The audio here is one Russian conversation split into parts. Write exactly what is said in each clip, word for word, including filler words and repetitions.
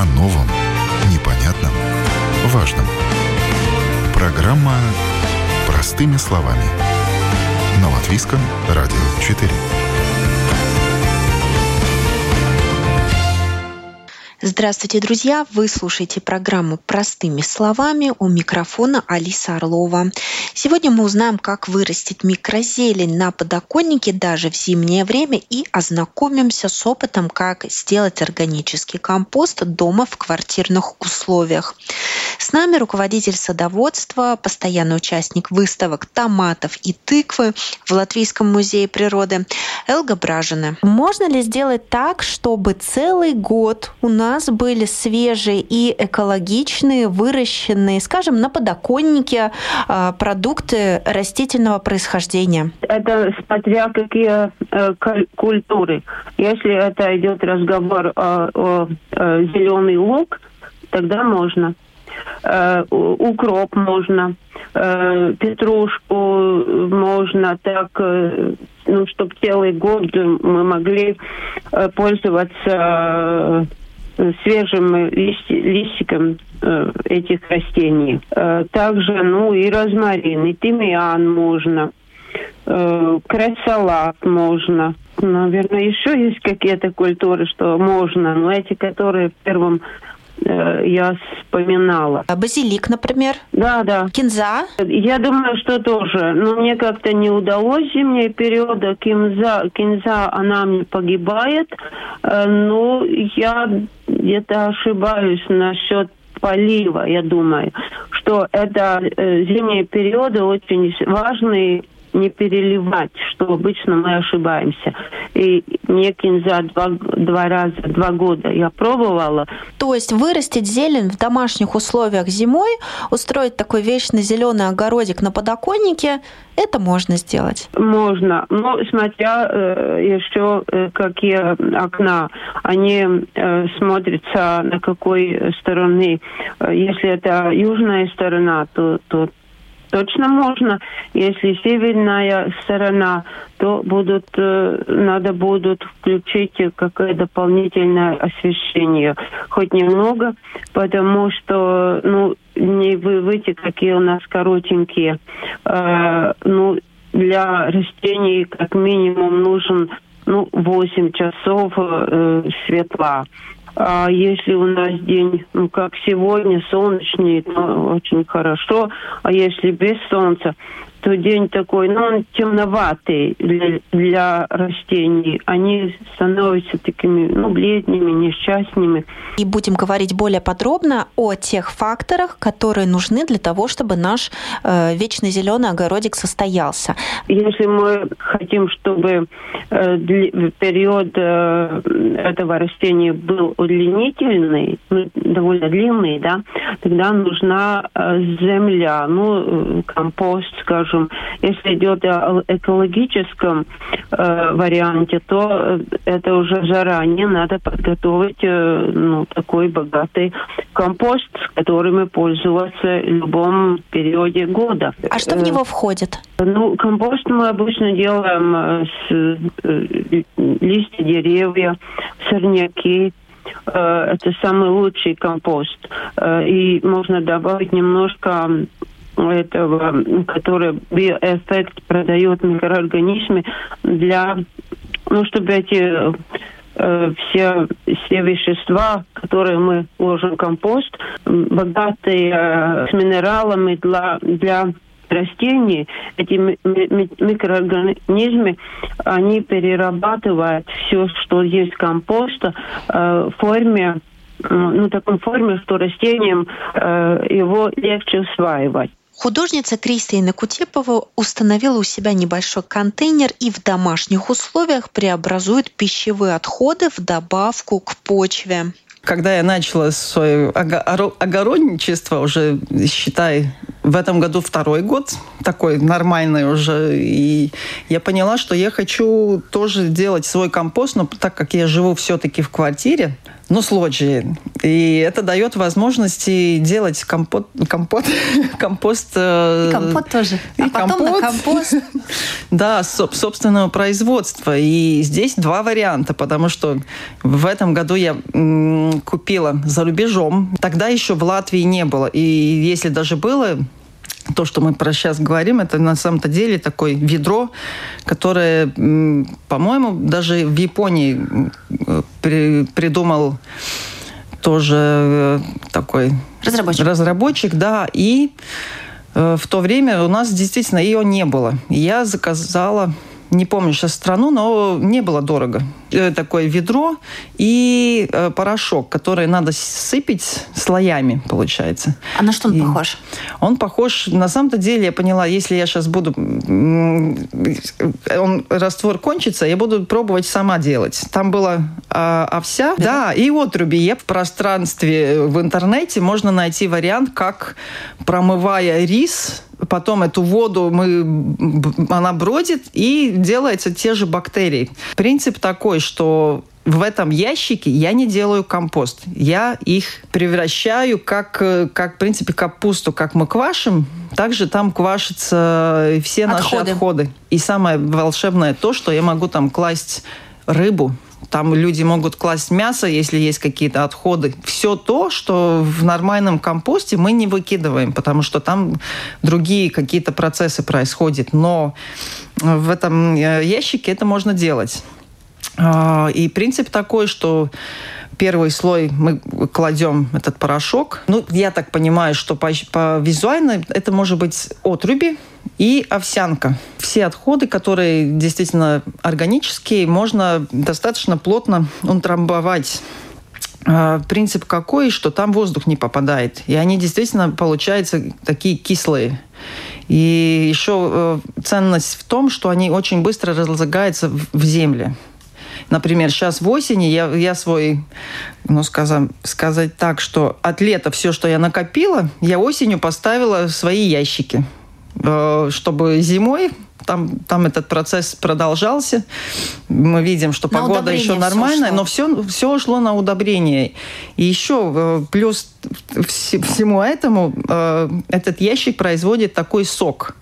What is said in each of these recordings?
О новом, непонятном, важном. Программа «Простыми словами». На Латвийском радио четыре. Здравствуйте, друзья! Вы слушаете программу «Простыми словами», у микрофона Алиса Орлова. Сегодня мы узнаем, как вырастить микрозелень на подоконнике даже в зимнее время и ознакомимся с опытом, как сделать органический компост дома в квартирных условиях. С нами руководитель садоводства, постоянный участник выставок томатов и тыквы в Латвийском музее природы Элга Бражина. Можно ли сделать так, чтобы целый год у нас были свежие и экологичные, выращенные, скажем, на подоконнике продукты растительного происхождения? Это смотря какие э, культуры. Если это идет разговор о, о, о зеленый лук, тогда можно. Э, укроп можно, э, петрушку можно, так, э, ну, чтобы целый год мы могли э, пользоваться э, свежим листи, листиком э, этих растений. Э, также, ну, и розмарин, и тимьян можно, э, крess-салат можно. Наверное, еще есть какие-то культуры, что можно, но эти, которые в первом я вспоминала. Базилик, например? Да, да. Кинза? Я думаю, что тоже. Но мне как-то не удалось зимний период. Кинза, кинза, она мне погибает. Но я где-то ошибаюсь насчет полива, я думаю, что это зимние периоды очень важные, не переливать, что обычно мы ошибаемся. И мне кинза два, два раза, два года я пробовала. То есть вырастить зелень в домашних условиях зимой, устроить такой вечно зеленый огородик на подоконнике, это можно сделать? Можно, но смотря э, еще э, какие окна, они э, смотрятся на какой стороны. Если это южная сторона, то, то точно можно. Если северная сторона, то будут, надо будет включить какое-то дополнительное освещение. Хоть немного, потому что, ну, не вы выйти, какие у нас коротенькие. Э, ну, для растений как минимум нужен, ну, восемь часов э, светла. А если у нас день, ну, как сегодня, солнечный, то очень хорошо. А если без солнца, то день такой, ну, он темноватый для, для растений. Они становятся такими, ну, бледными, несчастными. И будем говорить более подробно о тех факторах, которые нужны для того, чтобы наш э, вечно зеленый огородик состоялся. Если мы хотим, чтобы э, для, период э, этого растения был удлинительный, ну, довольно длинный, да, тогда нужна э, земля, ну, э, компост, скажем. Если идет о экологическом э, варианте, то это уже заранее надо подготовить э, ну, такой богатый компост, которым пользоваться в любом периоде года. А что в него входит? Ну, компост мы обычно делаем с э, листья деревьев, сорняки. Это самый лучший компост. И можно добавить немножко этого, который биоэффект продает микроорганизмы для, ну, чтобы эти э, все, все вещества, которые мы ложим в компост, богатые э, с минералами для, для растений, эти ми- ми- микроорганизмы, они перерабатывают все, что есть в компосте, э, в форме, ну, такой форме, что растениям э, его легче усваивать. Художница Кристина Кутепова установила у себя небольшой контейнер и в домашних условиях преобразует пищевые отходы в добавку к почве. Когда я начала свое огородничество, уже, считай, в этом году второй год, такой нормальный уже, и я поняла, что я хочу тоже делать свой компост, но так как я живу все-таки в квартире, Ну, с лоджией. И это дает возможности делать компот, компот, компост. И компот тоже. И а потом компот, на компост. Да, собственного производства. И здесь два варианта, потому что в этом году я м, купила за рубежом. Тогда еще в Латвии не было. И если даже было... То, что мы про сейчас говорим, это на самом-то деле такое ведро, которое, по-моему, даже в Японии при, придумал тоже такой разработчик. разработчик, да, и в то время у нас действительно ее не было. Я заказала, не помню сейчас страну, но не было дорого. Такое ведро и порошок, который надо сыпать слоями, получается. А на что он и похож? Он похож, на самом-то деле, я поняла, если я сейчас буду, он, раствор кончится, я буду пробовать сама делать. Там была а, овся, да, да и отруби. Я в пространстве в интернете можно найти вариант, как, промывая рис, потом эту воду мы, она бродит, и делаются те же бактерии. Принцип такой, что в этом ящике я не делаю компост. Я их превращаю как, как в принципе, капусту, как мы квашим, также там квашатся все наши отходы. отходы. И самое волшебное то, что я могу там класть рыбу. Там люди могут класть мясо, если есть какие-то отходы. Все то, что в нормальном компосте мы не выкидываем, потому что там другие какие-то процессы происходят. Но в этом ящике это можно делать. И принцип такой, что первый слой мы кладем этот порошок. Ну, я так понимаю, что по, по визуально это может быть отруби и овсянка. Все отходы, которые действительно органические, можно достаточно плотно утрамбовать. Принцип какой, что там воздух не попадает. И они действительно получаются такие кислые. И еще ценность в том, что они очень быстро разлагаются в земле. Например, сейчас в осени я, я свой, ну, скажем, сказать так, что от лета все, что я накопила, я осенью поставила в свои ящики, чтобы зимой там, там этот процесс продолжался. Мы видим, что на погода еще нормальная, все но все, все ушло на удобрение. И еще плюс всему этому этот ящик производит такой сок.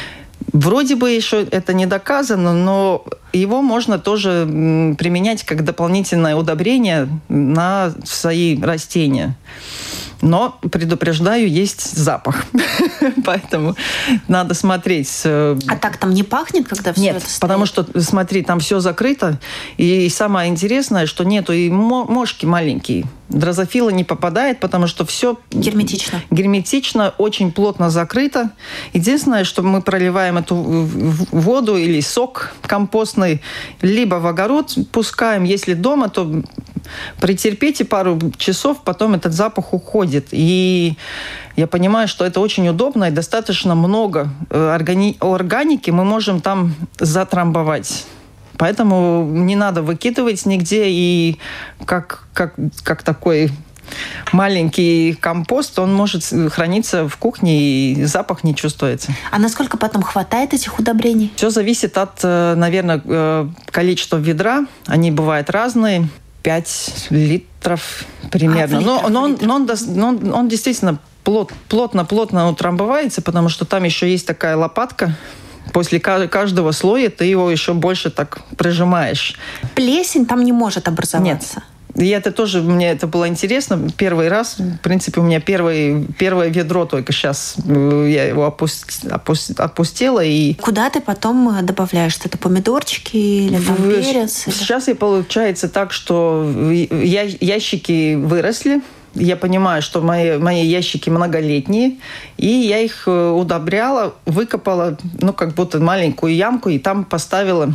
Вроде бы еще это не доказано, но его можно тоже применять как дополнительное удобрение на свои растения. Но, предупреждаю, есть запах. Поэтому надо смотреть. А так там не пахнет, когда все Нет, это стоит? Потому что, смотри, там все закрыто. И самое интересное, что нету и мошки маленькие. Дрозофила не попадает, потому что все герметично. Герметично, очень плотно закрыто. Единственное, что мы проливаем эту воду или сок компостный либо в огород пускаем. Если дома, то претерпите пару часов, потом этот запах уходит. И я понимаю, что это очень удобно и достаточно много органи- органики мы можем там затрамбовать. Поэтому не надо выкидывать нигде. И как, как, как такой маленький компост, он может храниться в кухне, и запах не чувствуется. А насколько потом хватает этих удобрений? Все зависит от, наверное, количества ведра. Они бывают разные. пять литров примерно. А, литров, но, но, он, но, он, но он, он действительно плот, плотно-плотно утрамбовается, потому что там еще есть такая лопатка. После каждого слоя ты его еще больше так прижимаешь. Плесень там не может образоваться? Нет. И это тоже, мне это было интересно. Первый раз, в принципе, у меня первый, первое ведро только сейчас. Я его опуст, опуст, опустила. И... Куда ты потом добавляешь? Это помидорчики или там в... перец? Сейчас и получается так, что я, ящики выросли. Я понимаю, что мои, мои ящики многолетние, и я их удобряла, выкопала, ну, как будто маленькую ямку, и там поставила,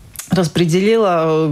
распределила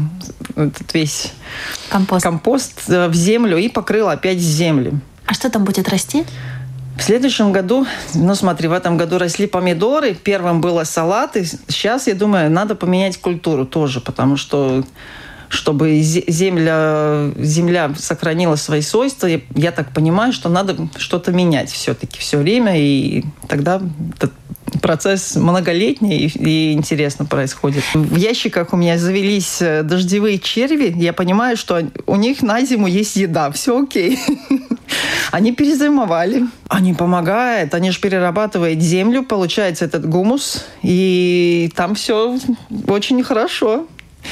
этот весь компост. компост в землю и покрыла опять землю. А что там будет расти? В следующем году, ну смотри, в этом году росли помидоры, первым было салаты. Сейчас, я думаю, надо поменять культуру тоже, потому что чтобы земля, земля сохранила свои свойства, я так понимаю, что надо что-то менять все-таки все время, и тогда процесс многолетний и интересно происходит. В ящиках у меня завелись дождевые черви. Я понимаю, что у них на зиму есть еда. Все окей. Они перезимовали. Они помогают. Они же перерабатывают землю. Получается этот гумус. И там все очень хорошо.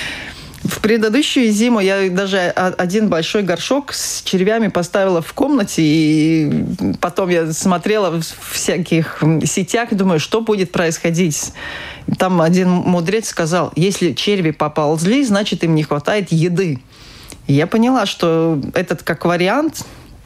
В предыдущую зиму я даже один большой горшок с червями поставила в комнате, и потом я смотрела в всяких сетях и думаю, что будет происходить. Там один мудрец сказал, если черви поползли, значит, им не хватает еды. И я поняла, что этот как вариант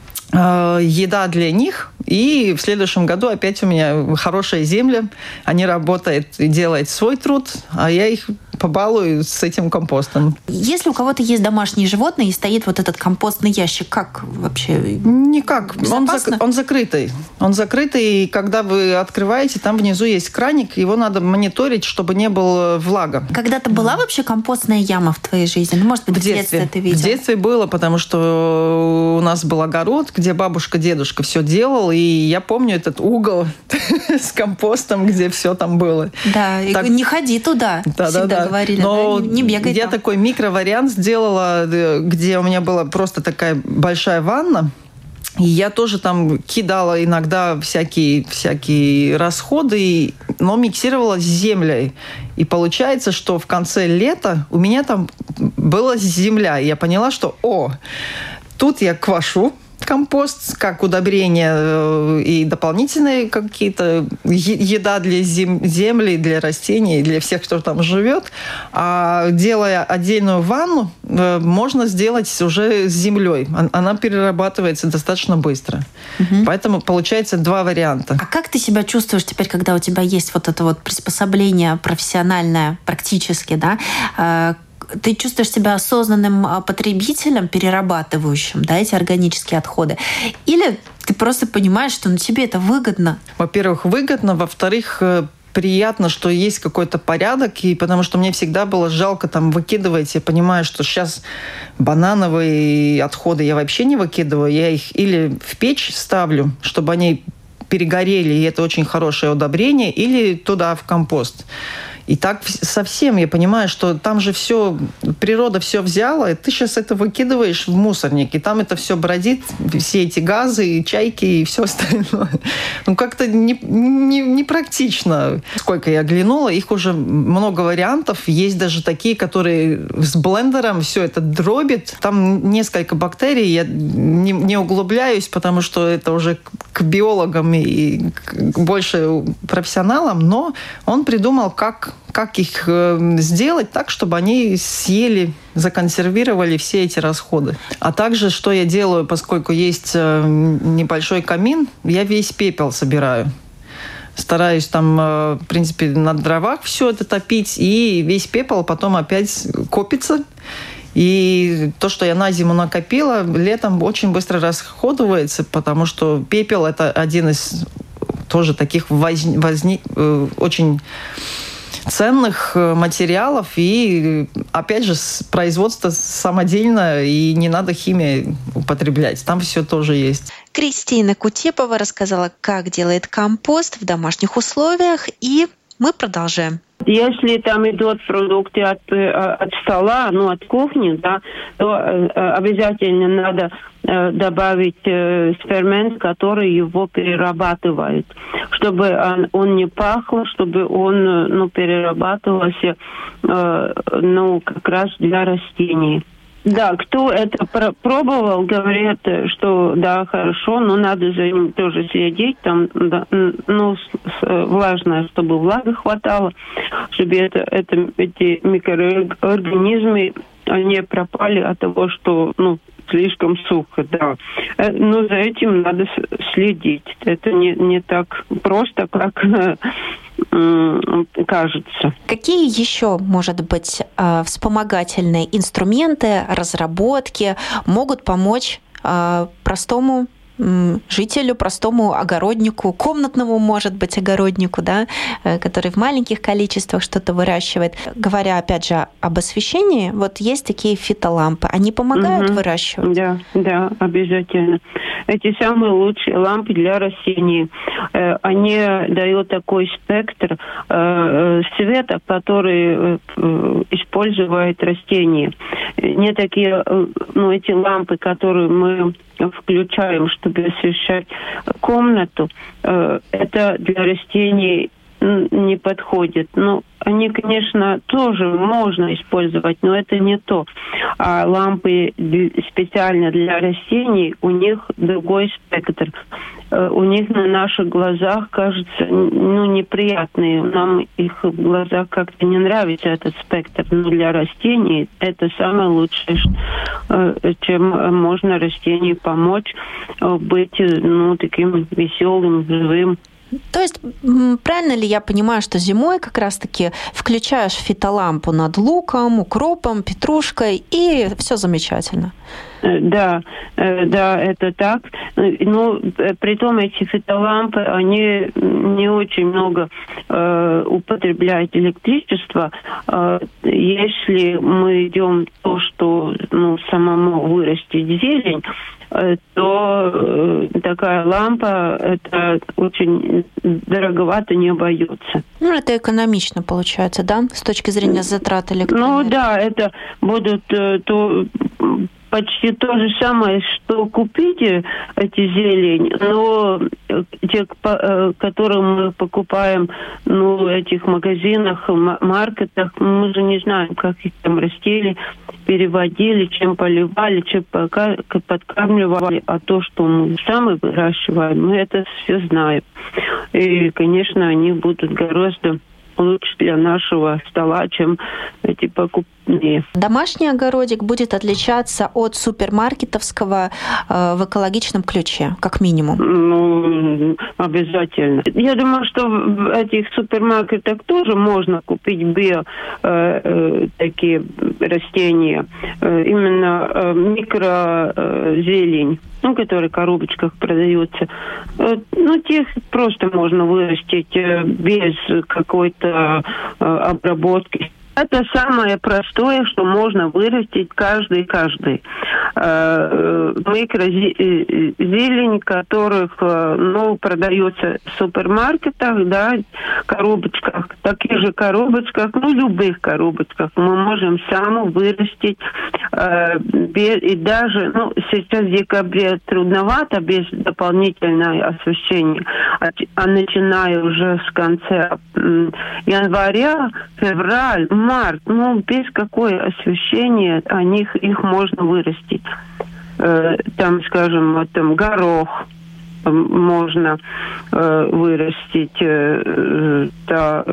э, еда для них. И в следующем году опять у меня хорошая земля. Они работают и делают свой труд, а я их побалую с этим компостом. Если у кого-то есть домашние животные и стоит вот этот компостный ящик, как вообще? Никак. Он, зак- он закрытый. Он закрытый, и когда вы открываете, там внизу есть краник, его надо мониторить, чтобы не было влага. Когда-то была вообще компостная яма в твоей жизни? Ну, может быть, в, в детстве, детстве ты видела? В детстве было, потому что у нас был огород, где бабушка, дедушка все делал, и я помню этот угол с компостом, где все там было. Да, так... и не ходи туда, да, всегда да, да. говорили. Но да? Не, не бегай я там. такой микровариант сделала, где у меня была просто такая большая ванна, и я тоже там кидала иногда всякие, всякие расходы, но миксировала с землей. И получается, что в конце лета у меня там была земля. И я поняла, что, о, тут я квашу компост, как удобрение и дополнительные какие-то еда для зем- земли, для растений, для всех, кто там живет. А делая отдельную ванну, можно сделать уже с землей. Она перерабатывается достаточно быстро. Угу. Поэтому получается два варианта. А как ты себя чувствуешь теперь, когда у тебя есть вот это вот приспособление профессиональное, практически, да? Ты чувствуешь себя осознанным потребителем, перерабатывающим, да, эти органические отходы? Или ты просто понимаешь, что ну, тебе это выгодно? Во-первых, выгодно. Во-вторых, приятно, что есть какой-то порядок, и потому что мне всегда было жалко там выкидывать. Я понимаю, что сейчас банановые отходы я вообще не выкидываю. Я их или в печь ставлю, чтобы они перегорели, и это очень хорошее удобрение, или туда, в компост. И так совсем я понимаю, что там же все, природа все взяла, и ты сейчас это выкидываешь в мусорник, и там это все бродит, все эти газы, чайки и все остальное. Ну, как-то не, не, не практично. Сколько я глянула, их уже много вариантов. Есть даже такие, которые с блендером все это дробит. Там несколько бактерий, я не, не углубляюсь, потому что это уже к биологам и к больше профессионалам, но он придумал, как как их сделать так, чтобы они съели, законсервировали все эти расходы. А также, что я делаю, поскольку есть небольшой камин, я весь пепел собираю. Стараюсь там, в принципе, на дровах все это топить, и весь пепел потом опять копится. И то, что я на зиму накопила, летом очень быстро расходуется, потому что пепел – это один из тоже таких возни, возни, очень ценных материалов, и, опять же, производство самодельное, и не надо химию употреблять. Там все тоже есть. Кристина Кутепова рассказала, как делает компост в домашних условиях, и мы продолжаем. Если там идут продукты от, от стола, ну, от кухни, да, то э, обязательно надо э, добавить э, фермент, который его перерабатывает, чтобы он, он не пахл, чтобы он, ну, перерабатывался, э, ну, как раз для растений. Да, кто это пробовал, говорят, что да, хорошо, но надо за ним тоже следить, там, да, ну, влажно, чтобы влага хватало, чтобы это, это, эти микроорганизмы не пропали от того, что, ну, слишком сухо, да. Но за этим надо следить. Это не, не так просто, как кажется. Какие еще, может быть, вспомогательные инструменты, разработки могут помочь простому жителю, простому огороднику, комнатному, может быть, огороднику, да, который в маленьких количествах что-то выращивает. Говоря, опять же, об освещении, вот есть такие фитолампы. Они помогают угу. выращивать? Да, да, обязательно. Эти самые лучшие лампы для растений. Они дают такой спектр света, который использует растения. Не такие, ну, эти лампы, которые мы включаем, чтобы освещать комнату, это для растений не подходит. Ну, они, конечно, тоже можно использовать, но это не то. А лампы специально для растений, у них другой спектр. У них на наших глазах кажется, ну, неприятные. Нам их в глазах как-то не нравится, этот спектр. Но для растений это самое лучшее, чем можно растению помочь быть, ну, таким веселым, живым. То есть, правильно ли я понимаю, что зимой как раз-таки включаешь фитолампу над луком, укропом, петрушкой, и все замечательно? Да, да, это так. Ну, притом эти фитолампы, они не очень много э, употребляют электричества. Э, если мы идем то, что, ну, самому вырастить зелень, э, то э, такая лампа, это очень дороговато не обойдется. Ну, это экономично получается, да, с точки зрения затрат электроэнергии? Ну, да, это будут э, то... почти то же самое, что купите эти зелень, но те, которые мы покупаем, ну, в этих магазинах, маркетах, мы же не знаем, как их там растили, переводили, чем поливали, чем подкармливали, а то, что мы сами выращиваем, мы это все знаем. И, конечно, они будут гораздо лучше для нашего стола, чем эти покупные. Домашний огородик будет отличаться от супермаркетовского э, в экологичном ключе, как минимум? Ну, обязательно. Я думаю, что в этих супермаркетах тоже можно купить био э, э, такие растения, э, именно э, микрозелень, ну, которые в коробочках продаются. Э, ну, тех просто можно вырастить э, без какой-то э, обработки. Это самое простое, что можно вырастить каждый-каждый. Микрозелень, которых, ну, продается в супермаркетах, да, коробочках, таких же коробочках, ну, любых коробочках мы можем сами вырастить. И даже, ну, сейчас в декабре трудновато без дополнительного освещения, а начиная уже с конца января, февраль, март, ну, без какое освещения они, их можно вырастить. Э, там, скажем, вот там горох можно э, вырастить, э, да,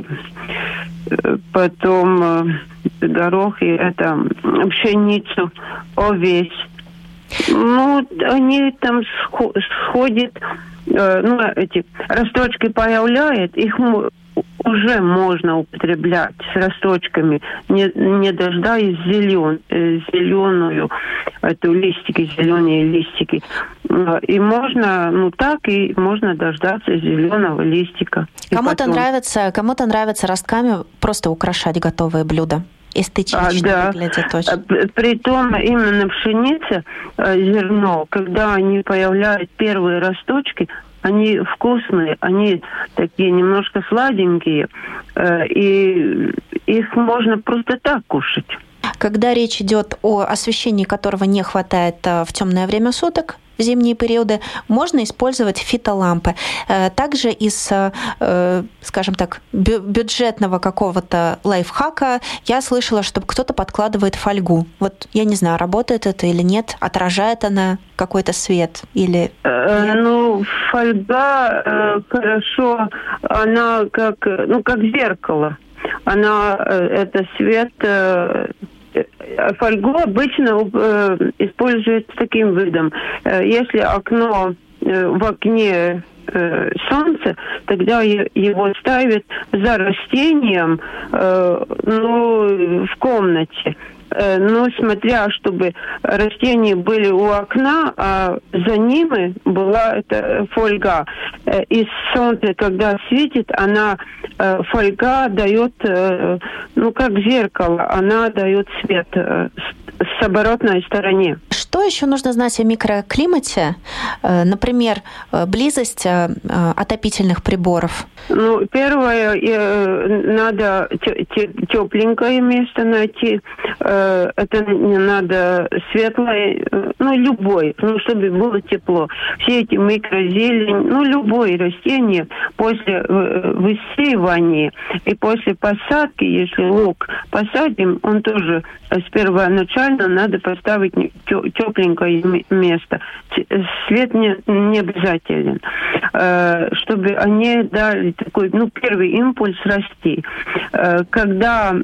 потом э, горох и это пшеницу, овес. Ну, они там сходят, э, ну, эти росточки появляют, их уже можно употреблять с росточками, не, не дождаясь зелен, зеленую, эту листики, зеленые листики. И можно, ну так, и можно дождаться зеленого листика. Кому-то потом... нравится, кому-то нравится ростками просто украшать готовые блюда. Эстетично а, да. выглядит очень. Притом именно пшеница, зерно, когда они появляют первые росточки, они вкусные, они такие немножко сладенькие, и их можно просто так кушать. Когда речь идет о освещении, которого не хватает в темное время суток, в зимние периоды, можно использовать фитолампы. Также из, скажем так, бюджетного какого-то лайфхака я слышала, что кто-то подкладывает фольгу. Вот я не знаю, работает это или нет, отражает она какой-то свет или нет? Ну, фольга э, хорошо, она как, ну, как зеркало. Она, э, это свет... Э, Фольгу обычно э, используют таким видом. Э, если окно э, в окне э, солнце, тогда его ставят за растением, э, ну, в комнате. ну, смотря, чтобы растения были у окна, а за ними была эта фольга. И солнце, когда светит, она, фольга дает, ну, как зеркало, она дает свет с оборотной стороны. Что еще нужно знать о микроклимате? Например, близость отопительных приборов. Ну, первое, надо тепленькое место найти. Это не надо светлое, ну, любой, ну, чтобы было тепло. Все эти микрозелень, ну, любое растение после высеивания и после посадки, если лук посадим, он тоже с первоначально надо поставить тепленькое место. Свет не, не обязателен. Чтобы они дали такой, ну, первый импульс расти. Когда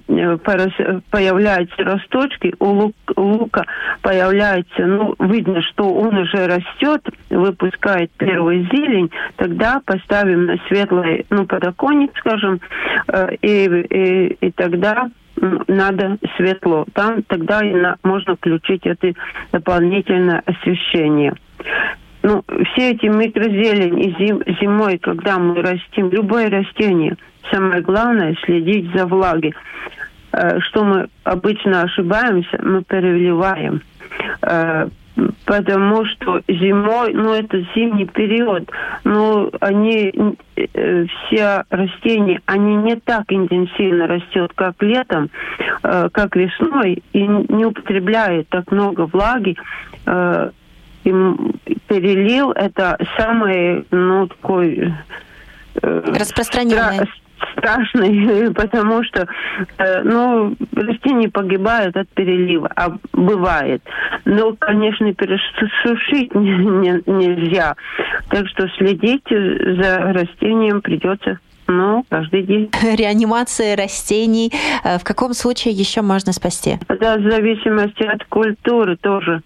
появляются росточки, у лука появляется, ну, видно, что он уже растет, выпускает первую зелень, тогда поставим на светлый, ну, подоконник, скажем, и, и, и тогда надо светло. Там тогда и на, можно включить это дополнительное освещение. Ну, все эти микрозелень и зим, зимой, когда мы растим любое растение, самое главное следить за влагой. Э, что мы обычно ошибаемся, мы переливаем. Э, потому что зимой, ну, это зимний период, ну, они, э, все растения, они не так интенсивно растут, как летом, э, как весной, и не употребляют так много влаги. Э, и перелив – это самый, ну, такой… Э, распространенный. Стра- страшный, потому что, э, ну, растения погибают от перелива, а бывает. Но, конечно, пересушить не, не, нельзя. Так что следить за растением придется, ну, каждый день. Реанимация растений. В каком случае еще можно спасти? Это в зависимости от культуры тоже.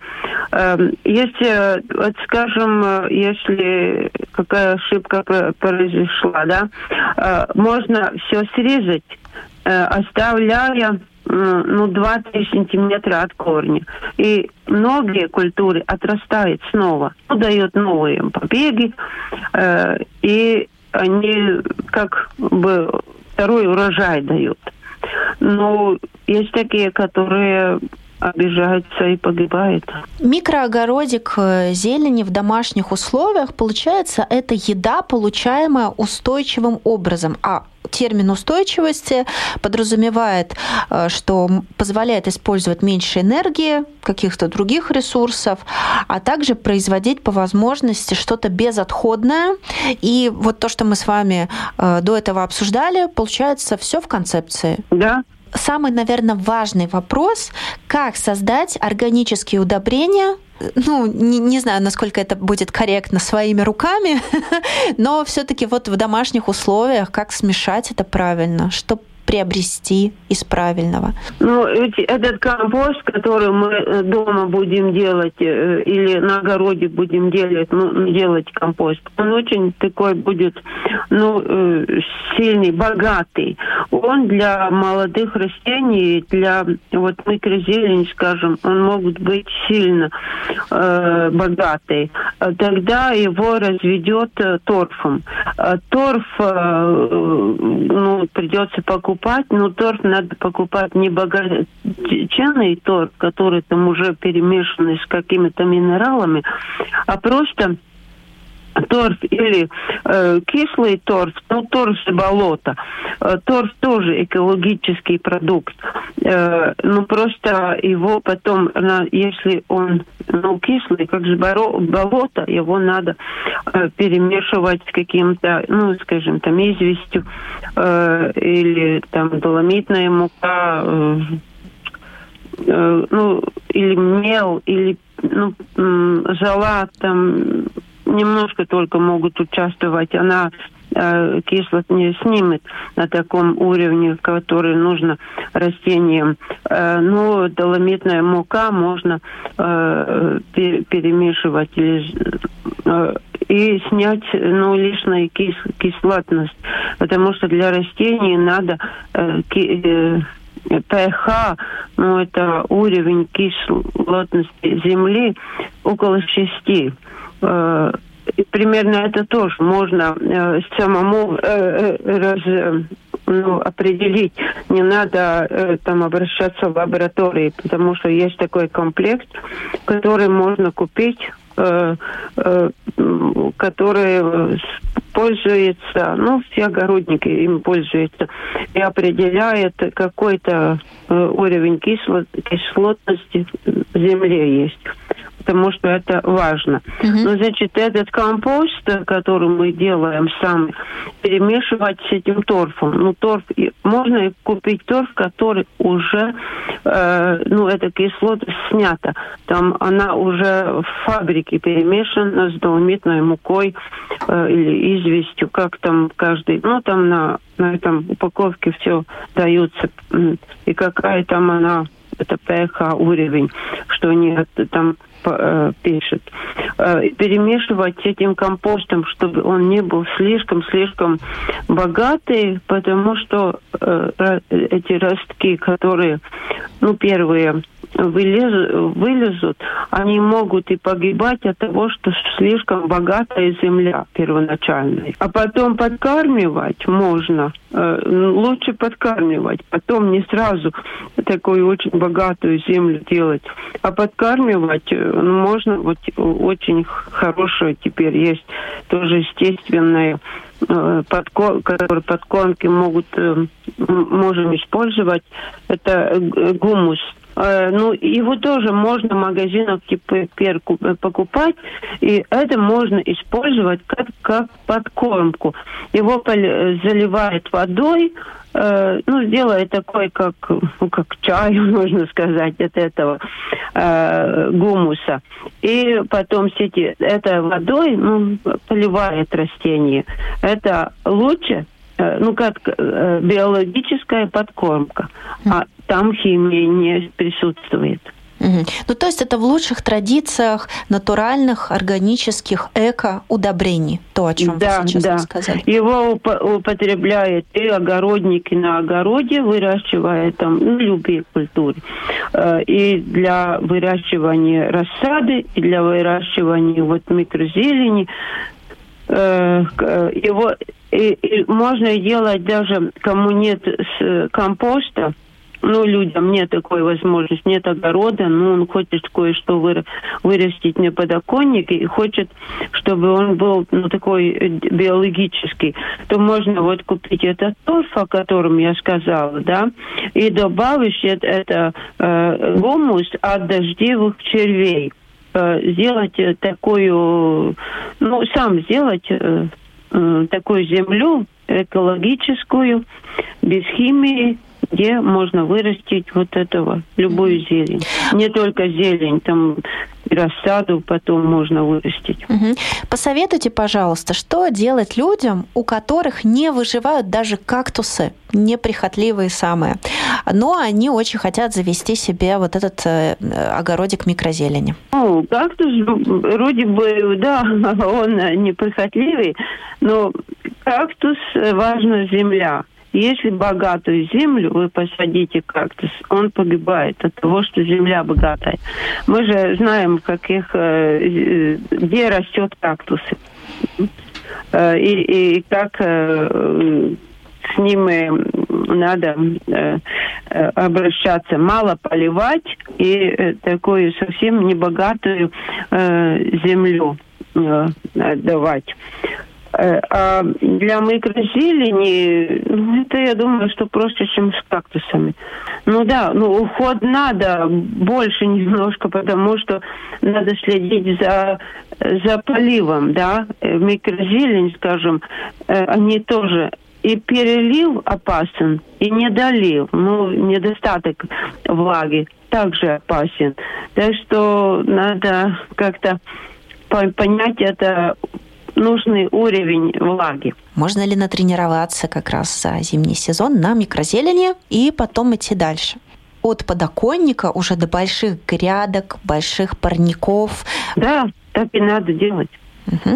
Если, вот скажем, если какая ошибка произошла, да, можно все срезать, оставляя, ну, два-три сантиметра от корня. И многие культуры отрастают снова, ну, дают новые побеги, и они как бы второй урожай дают. Но есть такие, которые обижаются и погибают. Микроогородик зелени в домашних условиях, получается, это еда, получаемая устойчивым образом. А термин устойчивости подразумевает, что позволяет использовать меньше энергии, каких-то других ресурсов, а также производить по возможности что-то безотходное. И вот то, что мы с вами до этого обсуждали, получается все в концепции. Да. Самый, наверное, важный вопрос, как создать органические удобрения, ну, не, не знаю, насколько это будет корректно, своими руками, но все-таки вот в домашних условиях, как смешать это правильно, чтобы приобрести из правильного? Ну, этот компост, который мы дома будем делать или на огороде будем делать, ну, делать компост, он очень такой будет, ну, сильный, богатый. Он для молодых растений, для вот микрозелени, скажем, он может быть сильно э, богатый. Тогда его разведет торфом. Торф, э, ну, придется покупать. Но торф надо покупать не богатенный торф, который там уже перемешанный с какими-то минералами, а просто торф или э, кислый торф, ну, торф с болота. Э, торф тоже экологический продукт. Э, ну, просто его потом, на, если он, ну, кислый, как же болото, его надо э, перемешивать с каким-то, ну, скажем, там, известью э, или там доломитная мука, э, э, ну, или мел, или, ну, э, зола, там, немножко только могут участвовать. Она э, кислот не снимет на таком уровне, который нужно растениям. Э, но доломитная мука можно э, перемешивать или, э, и снять, ну, лишнюю кис, кислотность. Потому что для растений надо э, ки, э, pH, ну, это уровень кислотности земли, около шести. И примерно это тоже можно э, самому э, раз, э, ну, определить. Не надо э, там обращаться в лаборатории, потому что есть такой комплект, который можно купить, э, э, который пользуется, ну, все огородники им пользуются, и определяет какой-то э, уровень кислот, кислотности в земле есть. Потому что это важно. Uh-huh. Но, значит, этот компост, который мы делаем сами, перемешивать с этим торфом. Ну, торф, можно купить торф, который уже, э, ну, эта кислота снята. Там она уже в фабрике перемешана с доломитной мукой э, или известью, как там каждый, ну, там на, на этом упаковке все дается. И какая там она, это pH уровень, что они там пишет, перемешивать с этим компостом, чтобы он не был слишком-слишком богатый, потому что э, эти ростки, которые, ну, первые вылезут, вылезут, они могут и погибать от того, что слишком богатая земля первоначальная. А потом подкармливать можно, э, лучше подкармливать, потом не сразу такую очень богатую землю делать, а подкармливать можно, вот очень хорошее теперь есть тоже естественное, подкорм, которые подкормки могут, можем использовать, это гумус. Ну, его тоже можно в магазинах теперь покупать, и это можно использовать как, как подкормку. Его заливают водой, э, ну, делает такой, как, ну, как чай, можно сказать, от этого э, гумуса. И потом с эти, этой водой, ну, поливает растение. Это лучше, э, ну, как э, биологическая подкормка. А там химии не присутствует. Угу. Ну, то есть это в лучших традициях натуральных, органических эко-удобрений, то, о чем да, вы сейчас да. рассказали. Его уп- употребляют и огородники на огороде, выращивая там, ну, любые культуры. И для выращивания рассады, и для выращивания вот микрозелени. Его и, и можно делать даже, кому нет компоста, ну, людям нет такой возможности, нет огорода, но он хочет кое-что выра- вырастить на подоконнике и хочет, чтобы он был, ну, такой биологический, то можно вот купить этот торф, о котором я сказала, да, и добавить это, это э, гумус от дождевых червей. Э, сделать такую, ну, сам сделать э, э, такую землю экологическую, без химии, где можно вырастить вот этого, любую зелень. Не только зелень, там рассаду потом можно вырастить. Угу. Посоветуйте, пожалуйста, что делать людям, у которых не выживают даже кактусы, неприхотливые самые, но они очень хотят завести себе вот этот э, огородик микрозелени. Ну, кактус вроде бы, да, он неприхотливый, но кактус важна земля. Если богатую землю вы посадите кактус, он погибает от того, что земля богатая. Мы же знаем, каких, где растет кактусы. И, и как с ними надо обращаться. Мало поливать и такую совсем небогатую землю давать. А для микрозелени, ну, это, я думаю, что проще, чем с кактусами. Ну да, ну уход надо больше немножко, потому что надо следить за, за поливом, да. Микрозелень, скажем, они тоже и перелив опасен, и недолив, ну, недостаток влаги также опасен. Так что надо как-то понять это, нужный уровень влаги. Можно ли натренироваться как раз за зимний сезон на микрозелени и потом идти дальше? От подоконника уже до больших грядок, больших парников. Да, так и надо делать. Угу.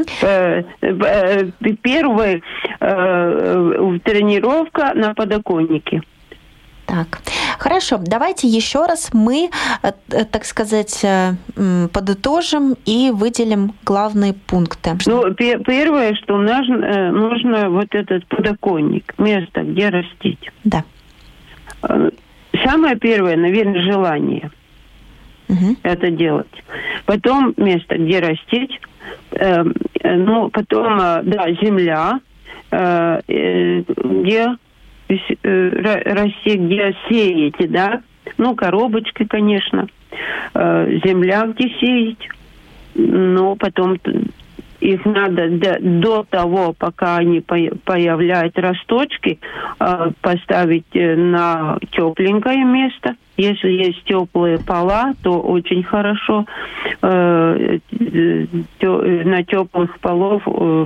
Первая тренировка на подоконнике. Так, хорошо. Давайте еще раз мы, так сказать, подытожим и выделим главные пункты. Ну, первое, что нужно, нужно вот этот подоконник, место, где растить. Да. Самое первое, наверное, желание угу. это делать. Потом место, где растить. Э, ну, потом, да, земля, э, где расти, где сеете, да, ну, коробочки, конечно, земля, где сеять, но потом их надо до, до того, пока они появляются росточки, поставить на тепленькое место. Если есть теплые пола, то очень хорошо на теплых полов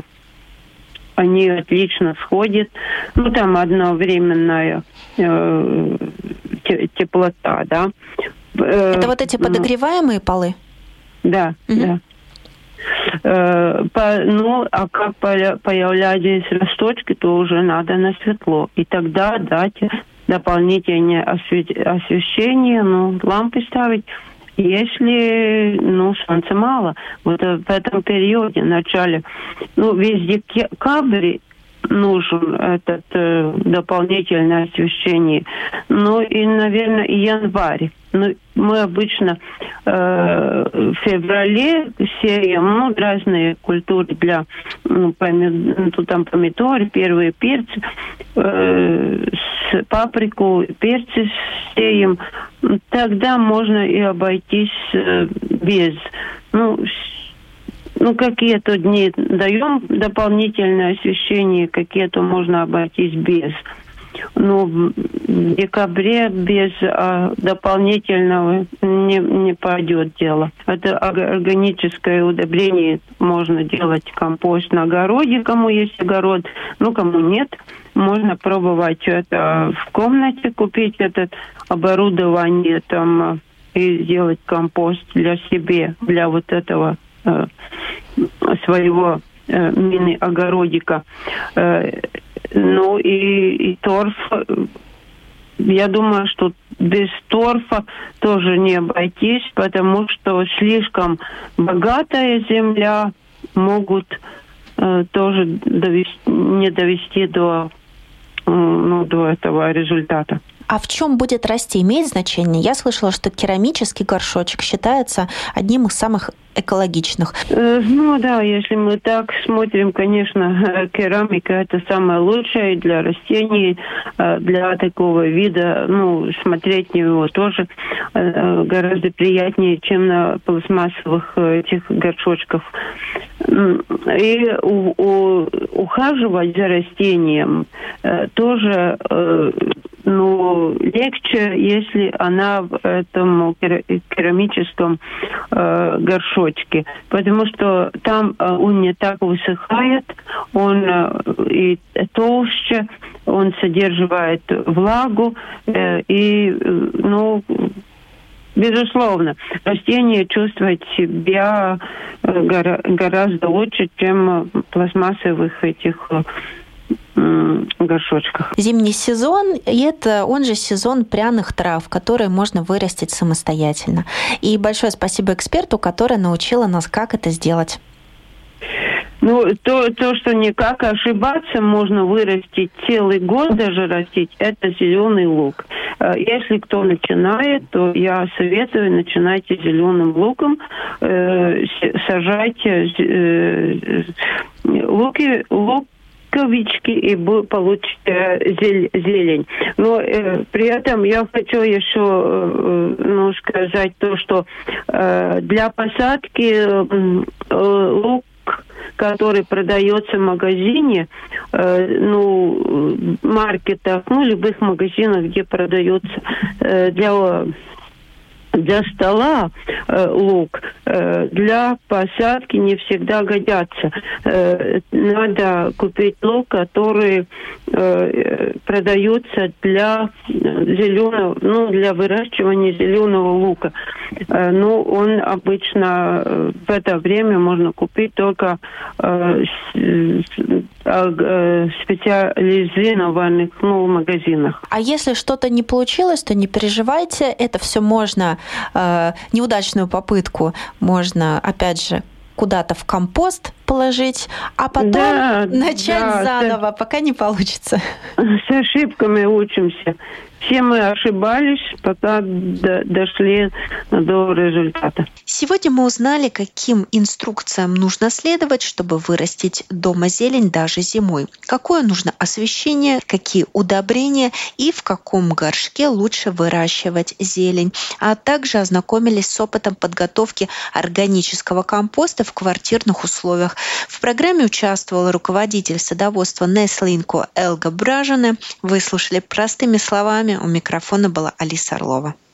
они отлично сходят. Ну, там одновременная э, теплота, да. Это вот эти подогреваемые полы? Да, угу. да. Э, по, ну, а как появлялись росточки, то уже надо на светло. И тогда дать дополнительное освещение, ну, лампы ставить. Если, ну, солнца мало, вот в этом периоде, в начале, ну, весь декабрь нужен этот э, дополнительное освещение. Ну, и, наверное, и январь. Ну, мы обычно э, в феврале сеем, ну, разные культуры для, ну, помид... ну там помидоры, первые перцы, э, с паприку, перцы сеем. Тогда можно и обойтись э, без, ну, Ну, какие-то дни даем дополнительное освещение, какие-то можно обойтись без. Но в декабре без а, дополнительного не, не пойдет дело. Это органическое удобрение. Можно делать компост на огороде, кому есть огород. Ну, кому нет, можно пробовать это в комнате, купить это оборудование там и сделать компост для себя, для вот этого э, своего э, мини-огородика. Э, ну и, и торф, я думаю, что без торфа тоже не обойтись, потому что слишком богатая земля могут э, тоже довести, не довести до, э, ну, до этого результата. А в чем будет расти, имеет значение? Я слышала, что керамический горшочек считается одним из самых экологичных. Э, ну да, если мы так смотрим, конечно, керамика это самое лучшее для растений, для такого вида. Ну, смотреть на него тоже гораздо приятнее, чем на пластмассовых этих горшочках. И у, у, ухаживать за растением тоже ну, легче, если она в этом керамическом э, горшочке, потому что там э, он не так высыхает, он э, и толще, он содержит влагу, э, и, э, ну, безусловно, растение чувствует себя э, гора- гораздо лучше, чем в пластмассовых этих э, горшочках. Зимний сезон, и это он же сезон пряных трав, которые можно вырастить самостоятельно. И большое спасибо эксперту, которая научила нас, как это сделать. Ну, то, то, что никак ошибаться, можно вырастить целый год, даже растить, это зеленый лук. Если кто начинает, то я советую, начинайте зеленым луком, э, сажайте э, луки, лук, ковички, и получите зелень. Но э, при этом я хочу еще э, ну, сказать то, что э, для посадки э, лук, который продается в магазине, э, ну, маркетах, ну, любых магазинах, где продается э, для... Для стола э, лук, для посадки не всегда годятся. Надо купить лук, который продается для зеленого, ну, для выращивания зеленого лука. Ну, он обычно в это время можно купить только специализированных, ну, в магазинах. А если что-то не получилось, то не переживайте, это все можно, э, неудачную попытку можно, опять же, куда-то в компост положить, а потом да, начать да, заново, с... пока не получится. С ошибками учимся. Все мы ошибались, пока до, дошли до результата. Сегодня мы узнали, каким инструкциям нужно следовать, чтобы вырастить дома зелень даже зимой. Какое нужно освещение, какие удобрения и в каком горшке лучше выращивать зелень. А также ознакомились с опытом подготовки органического компоста в квартирных условиях. В программе участвовал руководитель садоводства Неслинко Элга Бражане. Вы слушали «Простыми словами». У микрофона была Алиса Орлова.